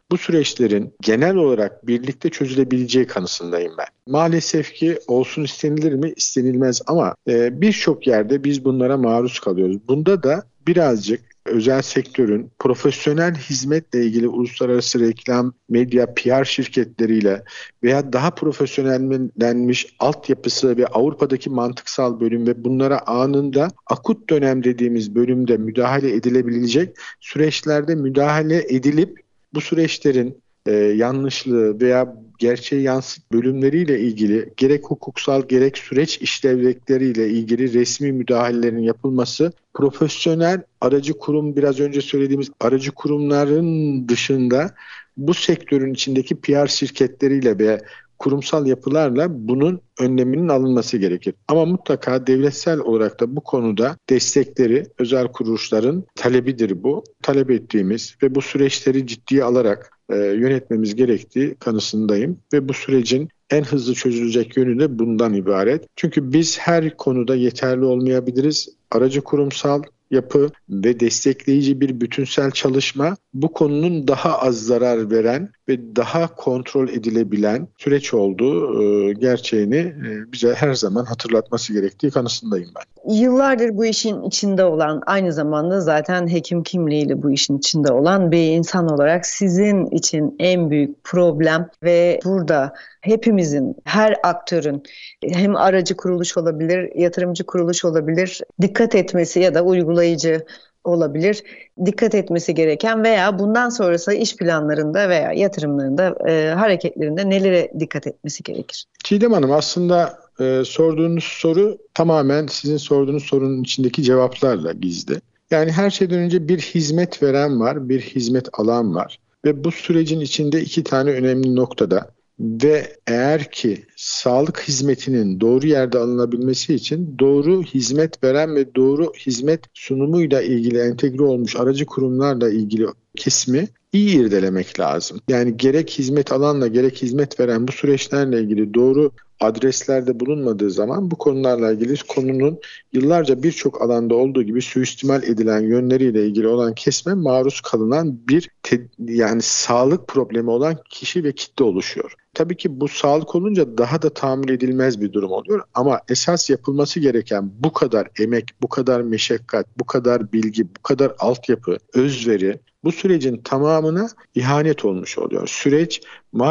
bu süreçlerin genel olarak birlikte çözülebileceği kanısındayım ben. Maalesef ki olsun istenilir mi? İstenilmez ama birçok yerde biz bunlara maruz kalıyoruz. Bunda da birazcık özel sektörün profesyonel hizmetle ilgili uluslararası reklam, medya, PR şirketleriyle veya daha profesyonellenmiş altyapısı ve Avrupa'daki mantıksal bölüm ve bunlara anında akut dönem dediğimiz bölümde müdahale edilebilecek süreçlerde müdahale edilip bu süreçlerin yanlışlığı veya gerçeği yansıt bölümleriyle ilgili gerek hukuksal gerek süreç işlevleriyle ilgili resmi müdahalelerin yapılması profesyonel aracı kurum, biraz önce söylediğimiz aracı kurumların dışında bu sektörün içindeki PR şirketleriyle ve kurumsal yapılarla bunun önleminin alınması gerekir. Ama mutlaka devletsel olarak da bu konuda destekleri özel kuruluşların talebidir bu. Talep ettiğimiz ve bu süreçleri ciddiye alarak yönetmemiz gerektiği kanısındayım ve bu sürecin en hızlı çözülecek yönü de bundan ibaret. Çünkü biz her konuda yeterli olmayabiliriz. Aracı kurumsal yapı ve destekleyici bir bütünsel çalışma bu konunun daha az zarar veren ve daha kontrol edilebilen süreç olduğu gerçeğini bize her zaman hatırlatması gerektiği kanısındayım ben. Yıllardır bu işin içinde olan, aynı zamanda zaten hekim kimliğiyle bu işin içinde olan bir insan olarak sizin için en büyük problem ve burada hepimizin, her aktörün hem aracı kuruluş olabilir, yatırımcı kuruluş olabilir, dikkat etmesi ya da uygulayıcı olabilir, dikkat etmesi gereken veya bundan sonrası iş planlarında veya yatırımlarında, hareketlerinde nelere dikkat etmesi gerekir? Çiğdem Hanım, aslında sorduğunuz soru tamamen sizin sorduğunuz sorunun içindeki cevaplarla gizli. Yani her şeyden önce bir hizmet veren var, bir hizmet alan var ve bu sürecin içinde iki tane önemli noktada ve eğer ki sağlık hizmetinin doğru yerde alınabilmesi için doğru hizmet veren ve doğru hizmet sunumuyla ilgili entegre olmuş aracı kurumlarla ilgili kesimi iyi irdelemek lazım. Yani gerek hizmet alanla gerek hizmet veren bu süreçlerle ilgili doğru adreslerde bulunmadığı zaman bu konularla ilgili konunun yıllarca birçok alanda olduğu gibi suistimal edilen yönleriyle ilgili olan kesme maruz kalınan bir yani sağlık problemi olan kişi ve kitle oluşuyor. Tabii ki bu sağlık olunca daha da tahammül edilmez bir durum oluyor ama esas yapılması gereken bu kadar emek, bu kadar meşakkat, bu kadar bilgi, bu kadar altyapı, özveri bu sürecin tamamına ihanet olmuş oluyor. Süreç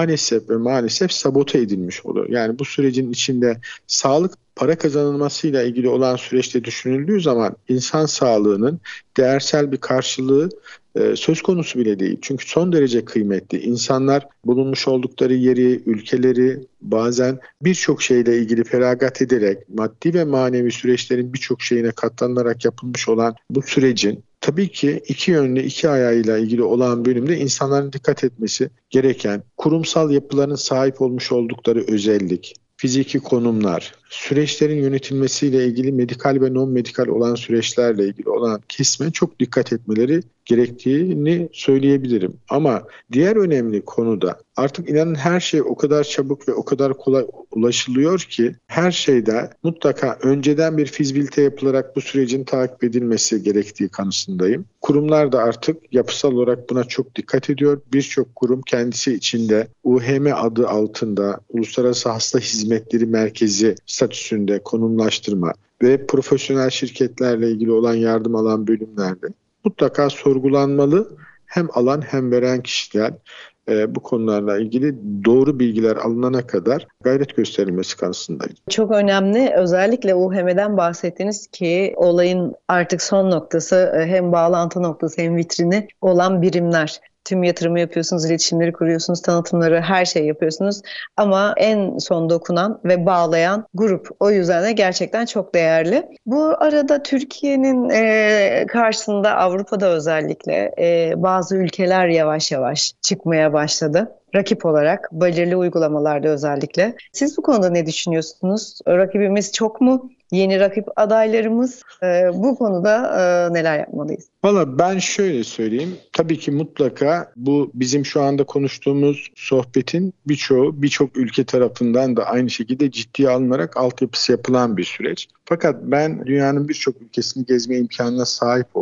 maalesef sabote edilmiş oluyor. Yani bu sürecin içinde sağlık para kazanılmasıyla ilgili olan süreçte düşünüldüğü zaman insan sağlığının değersel bir karşılığı söz konusu bile değil. Çünkü son derece kıymetli. İnsanlar bulunmuş oldukları yeri, ülkeleri bazen birçok şeyle ilgili feragat ederek maddi ve manevi süreçlerin birçok şeyine katlanarak yapılmış olan bu sürecin tabii ki iki yönlü, iki ayağıyla ilgili olan bölümde insanların dikkat etmesi gereken kurumsal yapıların sahip olmuş oldukları özellik, fiziki konumlar, süreçlerin yönetilmesiyle ilgili medikal ve non-medikal olan süreçlerle ilgili olan kesme çok dikkat etmeleri gerektiğini söyleyebilirim. Ama diğer önemli konu da artık inanın her şey o kadar çabuk ve o kadar kolay ulaşılıyor ki her şeyde mutlaka önceden bir fizibilite yapılarak bu sürecin takip edilmesi gerektiği kanısındayım. Kurumlar da artık yapısal olarak buna çok dikkat ediyor. Birçok kurum kendisi içinde UHM adı altında Uluslararası Hasta Hizmetleri Merkezi statüsünde konumlaştırma ve profesyonel şirketlerle ilgili olan yardım alan bölümlerde mutlaka sorgulanmalı. Hem alan hem veren kişiler bu konularla ilgili doğru bilgiler alınana kadar gayret gösterilmesi kanısındayım. Çok önemli. Özellikle UHM'den bahsettiniz ki olayın artık son noktası hem bağlantı noktası hem vitrini olan birimler. Tüm yatırımı yapıyorsunuz, iletişimleri kuruyorsunuz, tanıtımları, her şeyi yapıyorsunuz. Ama en son dokunan ve bağlayan grup. O yüzden de gerçekten çok değerli. Bu arada Türkiye'nin karşısında Avrupa'da özellikle bazı ülkeler yavaş yavaş çıkmaya başladı. Rakip olarak, belirli uygulamalarda özellikle. Siz bu konuda ne düşünüyorsunuz? Rakibimiz çok mu? Yeni rakip adaylarımız bu konuda neler yapmalıyız? Valla ben şöyle söyleyeyim. Tabii ki mutlaka bu bizim şu anda konuştuğumuz sohbetin birçok ülke tarafından da aynı şekilde ciddiye alınarak altyapısı yapılan bir süreç. Fakat ben dünyanın birçok ülkesini gezme imkanına sahip oldum.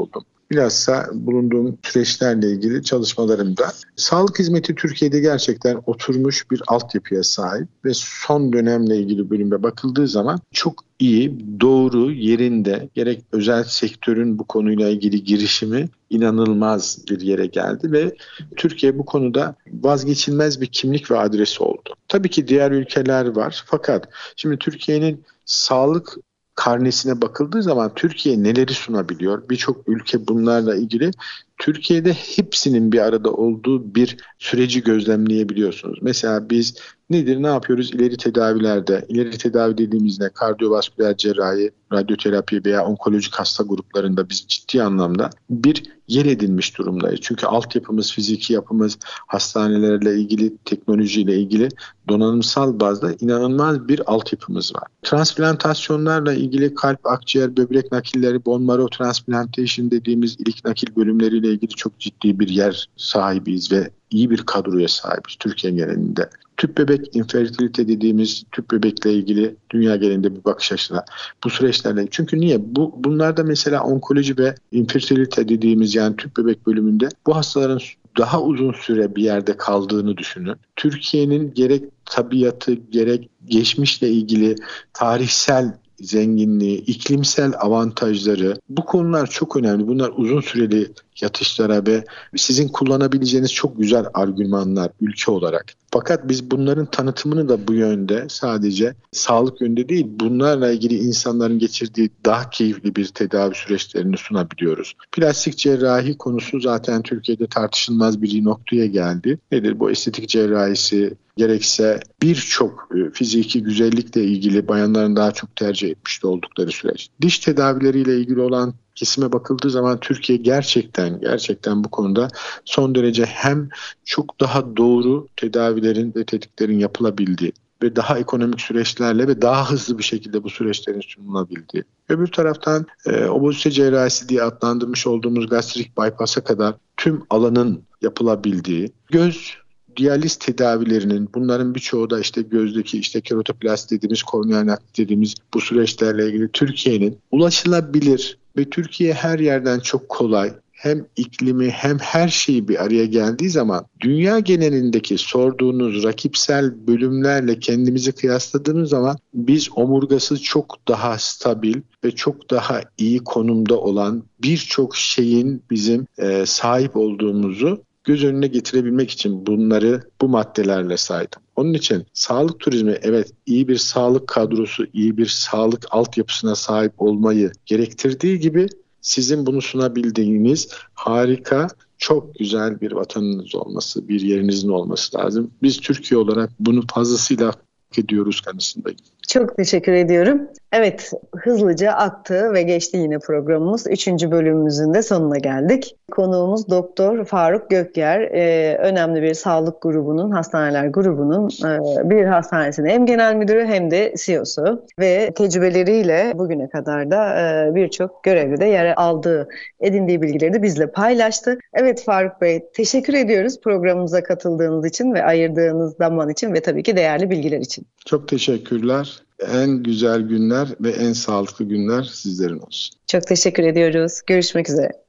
bilhassa bulunduğum süreçlerle ilgili çalışmalarımda. Sağlık hizmeti Türkiye'de gerçekten oturmuş bir altyapıya sahip ve son dönemle ilgili bölüme bakıldığı zaman çok iyi, doğru, yerinde, gerek özel sektörün bu konuyla ilgili girişimi inanılmaz bir yere geldi ve Türkiye bu konuda vazgeçilmez bir kimlik ve adresi oldu. Tabii ki diğer ülkeler var, fakat şimdi Türkiye'nin sağlık karnesine bakıldığı zaman Türkiye neleri sunabiliyor? Birçok ülke bunlarla ilgili Türkiye'de hepsinin bir arada olduğu bir süreci gözlemleyebiliyorsunuz. Mesela biz ne yapıyoruz? İleri tedavilerde, ileri tedavi dediğimizde kardiyovasküler cerrahi, radyoterapi veya onkolojik hasta gruplarında biz ciddi anlamda bir yer edinmiş durumdayız. Çünkü altyapımız, fiziki yapımız, hastanelerle ilgili, teknolojiyle ilgili donanımsal bazda inanılmaz bir altyapımız var. Transplantasyonlarla ilgili kalp, akciğer, böbrek nakilleri, bone marrow transplantation dediğimiz ilik nakil bölümleriyle ilgili çok ciddi bir yer sahibiyiz ve iyi bir kadroya sahibiz Türkiye genelinde. Tüp bebek infertilite dediğimiz tüp bebekle ilgili dünya genelinde bir bakış açısına bu süreçlerle. Çünkü niye? Bunlarda mesela onkoloji ve infertilite dediğimiz yani tüp bebek bölümünde bu hastaların daha uzun süre bir yerde kaldığını düşünün. Türkiye'nin gerek tabiatı gerek geçmişle ilgili tarihsel zenginliği, iklimsel avantajları, bu konular çok önemli. Bunlar uzun süreli yatışlara ve sizin kullanabileceğiniz çok güzel argümanlar ülke olarak. Fakat biz bunların tanıtımını da bu yönde, sadece sağlık yönde değil, bunlarla ilgili insanların geçirdiği daha keyifli bir tedavi süreçlerini sunabiliyoruz. Plastik cerrahi konusu zaten Türkiye'de tartışılmaz bir noktaya geldi. Nedir bu estetik cerrahisi? Gerekse birçok fiziki güzellikle ilgili bayanların daha çok tercih etmiş oldukları süreç. Diş tedavileriyle ilgili olan kesime bakıldığı zaman Türkiye gerçekten bu konuda son derece hem çok daha doğru tedavilerin ve tetkiklerin yapılabildiği ve daha ekonomik süreçlerle ve daha hızlı bir şekilde bu süreçlerin sunulabildiği. Öbür taraftan obezite cerrahisi diye adlandırmış olduğumuz gastrik bypass'a kadar tüm alanın yapılabildiği, göz diyaliz tedavilerinin, bunların birçoğu da gözdeki keratoplasti dediğimiz, korneal nakil dediğimiz bu süreçlerle ilgili Türkiye'nin ulaşılabilir ve Türkiye her yerden çok kolay, hem iklimi hem her şeyi bir araya geldiği zaman dünya genelindeki sorduğunuz rakipsel bölümlerle kendimizi kıyasladığımız zaman biz omurgası çok daha stabil ve çok daha iyi konumda olan birçok şeyin bizim sahip olduğumuzu göz önüne getirebilmek için bu maddelerle saydım. Onun için sağlık turizmi evet iyi bir sağlık kadrosu, iyi bir sağlık altyapısına sahip olmayı gerektirdiği gibi sizin bunu sunabildiğiniz harika, çok güzel bir vatanınız olması, bir yerinizin olması lazım. Biz Türkiye olarak bunu fazlasıyla hak ediyoruz kanısındayım. Çok teşekkür ediyorum. Evet, hızlıca aktı ve geçti yine programımız. 3. bölümümüzün de sonuna geldik. Konuğumuz Doktor Faruk Gökyer. Önemli bir sağlık grubunun, hastaneler grubunun bir hastanesinin hem genel müdürü hem de CEO'su. Ve tecrübeleriyle bugüne kadar da birçok görevde yer aldığı, edindiği bilgileri de bizle paylaştı. Evet Faruk Bey, teşekkür ediyoruz programımıza katıldığınız için ve ayırdığınız zaman için ve tabii ki değerli bilgiler için. Çok teşekkürler. En güzel günler ve en sağlıklı günler sizlerin olsun. Çok teşekkür ediyoruz. Görüşmek üzere.